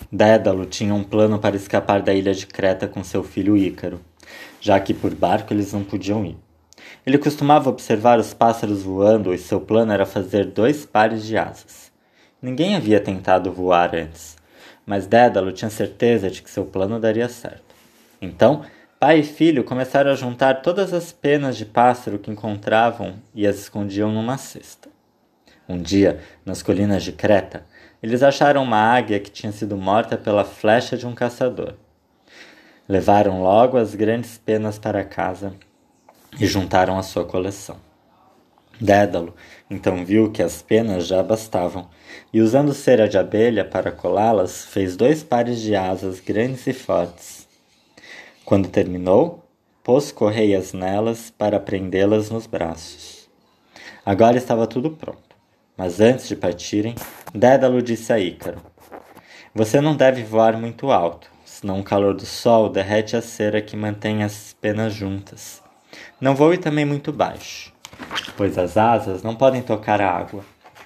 Dédalo tinha um plano para escapar da ilha de Creta com seu filho Ícaro, já que por barco eles não podiam ir. Ele costumava observar os pássaros voando e seu plano era fazer 2 pares de asas. Ninguém havia tentado voar antes, mas Dédalo tinha certeza de que seu plano daria certo. Então, pai e filho começaram a juntar todas as penas de pássaro que encontravam e as escondiam numa cesta. Um dia, nas colinas de Creta, eles acharam uma águia que tinha sido morta pela flecha de um caçador. Levaram logo as grandes penas para casa e juntaram a sua coleção. Dédalo então viu que as penas já bastavam, e usando cera de abelha para colá-las, fez 2 pares de asas grandes e fortes. Quando terminou, pôs correias nelas para prendê-las nos braços. Agora estava tudo pronto, mas antes de partirem, Dédalo disse a Ícaro: Você não deve voar muito alto, senão o calor do sol derrete a cera que mantém as penas juntas. Não voe também muito baixo, pois as asas não podem tocar a água.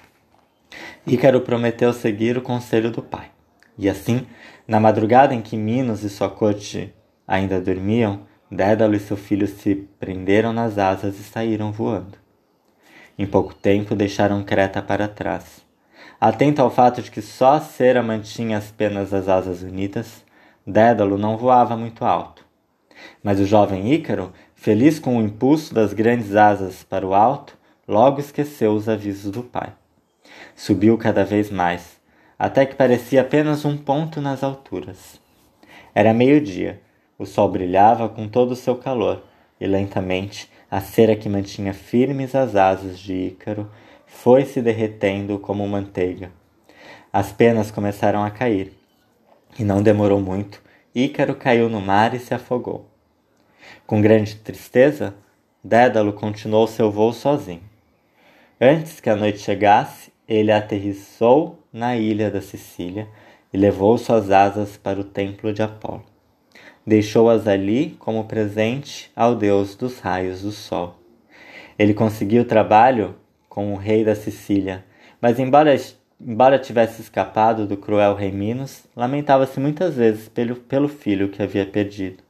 Ícaro prometeu seguir o conselho do pai. E assim, na madrugada em que Minos e sua corte ainda dormiam, Dédalo e seu filho se prenderam nas asas e saíram voando. Em pouco tempo deixaram Creta para trás. Atento ao fato de que só a cera mantinha as penas das asas unidas, Dédalo não voava muito alto. Mas o jovem Ícaro, feliz com o impulso das grandes asas para o alto, logo esqueceu os avisos do pai. Subiu cada vez mais, até que parecia apenas um ponto nas alturas. Era meio-dia, o sol brilhava com todo o seu calor, e lentamente a cera que mantinha firmes as asas de Ícaro foi se derretendo como manteiga. As penas começaram a cair, e não demorou muito, Ícaro caiu no mar e se afogou. Com grande tristeza, Dédalo continuou seu voo sozinho. Antes que a noite chegasse, ele aterrissou na ilha da Sicília e levou suas asas para o templo de Apolo. Deixou-as ali como presente ao deus dos raios do sol. Ele conseguiu trabalho com o rei da Sicília, mas embora tivesse escapado do cruel rei Minos, lamentava-se muitas vezes pelo filho que havia perdido.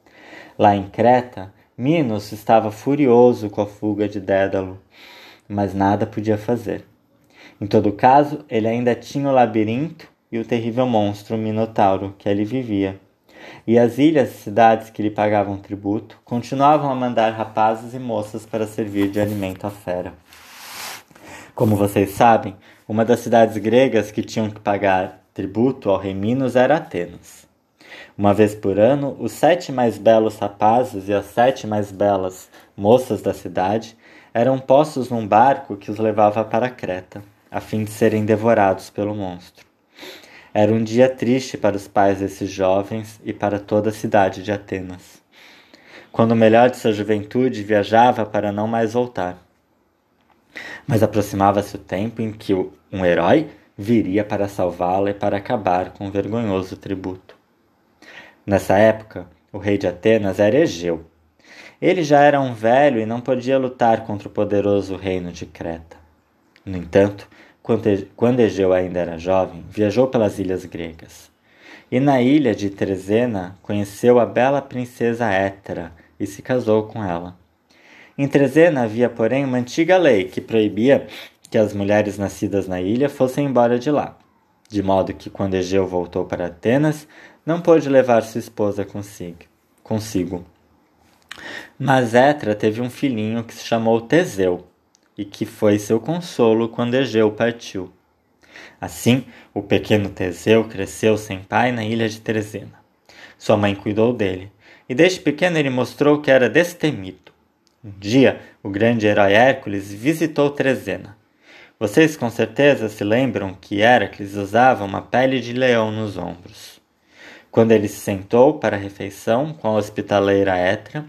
Lá em Creta, Minos estava furioso com a fuga de Dédalo, mas nada podia fazer. Em todo caso, ele ainda tinha o labirinto e o terrível monstro Minotauro que ali vivia. E as ilhas e cidades que lhe pagavam tributo continuavam a mandar rapazes e moças para servir de alimento à fera. Como vocês sabem, uma das cidades gregas que tinham que pagar tributo ao rei Minos era Atenas. Uma vez por ano, os 7 mais belos rapazes e as 7 mais belas moças da cidade eram postos num barco que os levava para Creta, a fim de serem devorados pelo monstro. Era um dia triste para os pais desses jovens e para toda a cidade de Atenas, quando o melhor de sua juventude viajava para não mais voltar. Mas aproximava-se o tempo em que um herói viria para salvá-la e para acabar com o vergonhoso tributo. Nessa época, o rei de Atenas era Egeu. Ele já era um velho e não podia lutar contra o poderoso reino de Creta. No entanto, quando Egeu ainda era jovem, viajou pelas ilhas gregas. E na ilha de Trezena conheceu a bela princesa Hétera e se casou com ela. Em Trezena havia, porém, uma antiga lei que proibia que as mulheres nascidas na ilha fossem embora de lá, de modo que quando Egeu voltou para Atenas, não pôde levar sua esposa consigo. Mas Hétera teve um filhinho que se chamou Teseu, e que foi seu consolo quando Egeu partiu. Assim, o pequeno Teseu cresceu sem pai na ilha de Trezena. Sua mãe cuidou dele, e desde pequeno ele mostrou que era destemido. Um dia, o grande herói Hércules visitou Trezena. Vocês com certeza se lembram que Hércules usava uma pele de leão nos ombros. Quando ele se sentou para a refeição com a hospitaleira Hétera,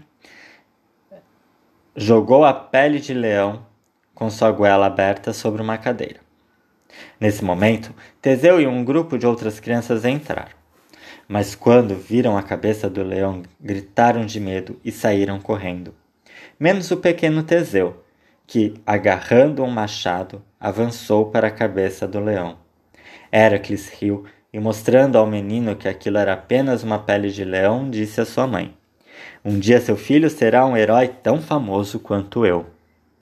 jogou a pele de leão com sua goela aberta sobre uma cadeira. Nesse momento, Teseu e um grupo de outras crianças entraram. Mas quando viram a cabeça do leão, gritaram de medo e saíram correndo. Menos o pequeno Teseu, que, agarrando um machado, avançou para a cabeça do leão. Hércules riu e mostrando ao menino que aquilo era apenas uma pele de leão, disse à sua mãe: Um dia seu filho será um herói tão famoso quanto eu.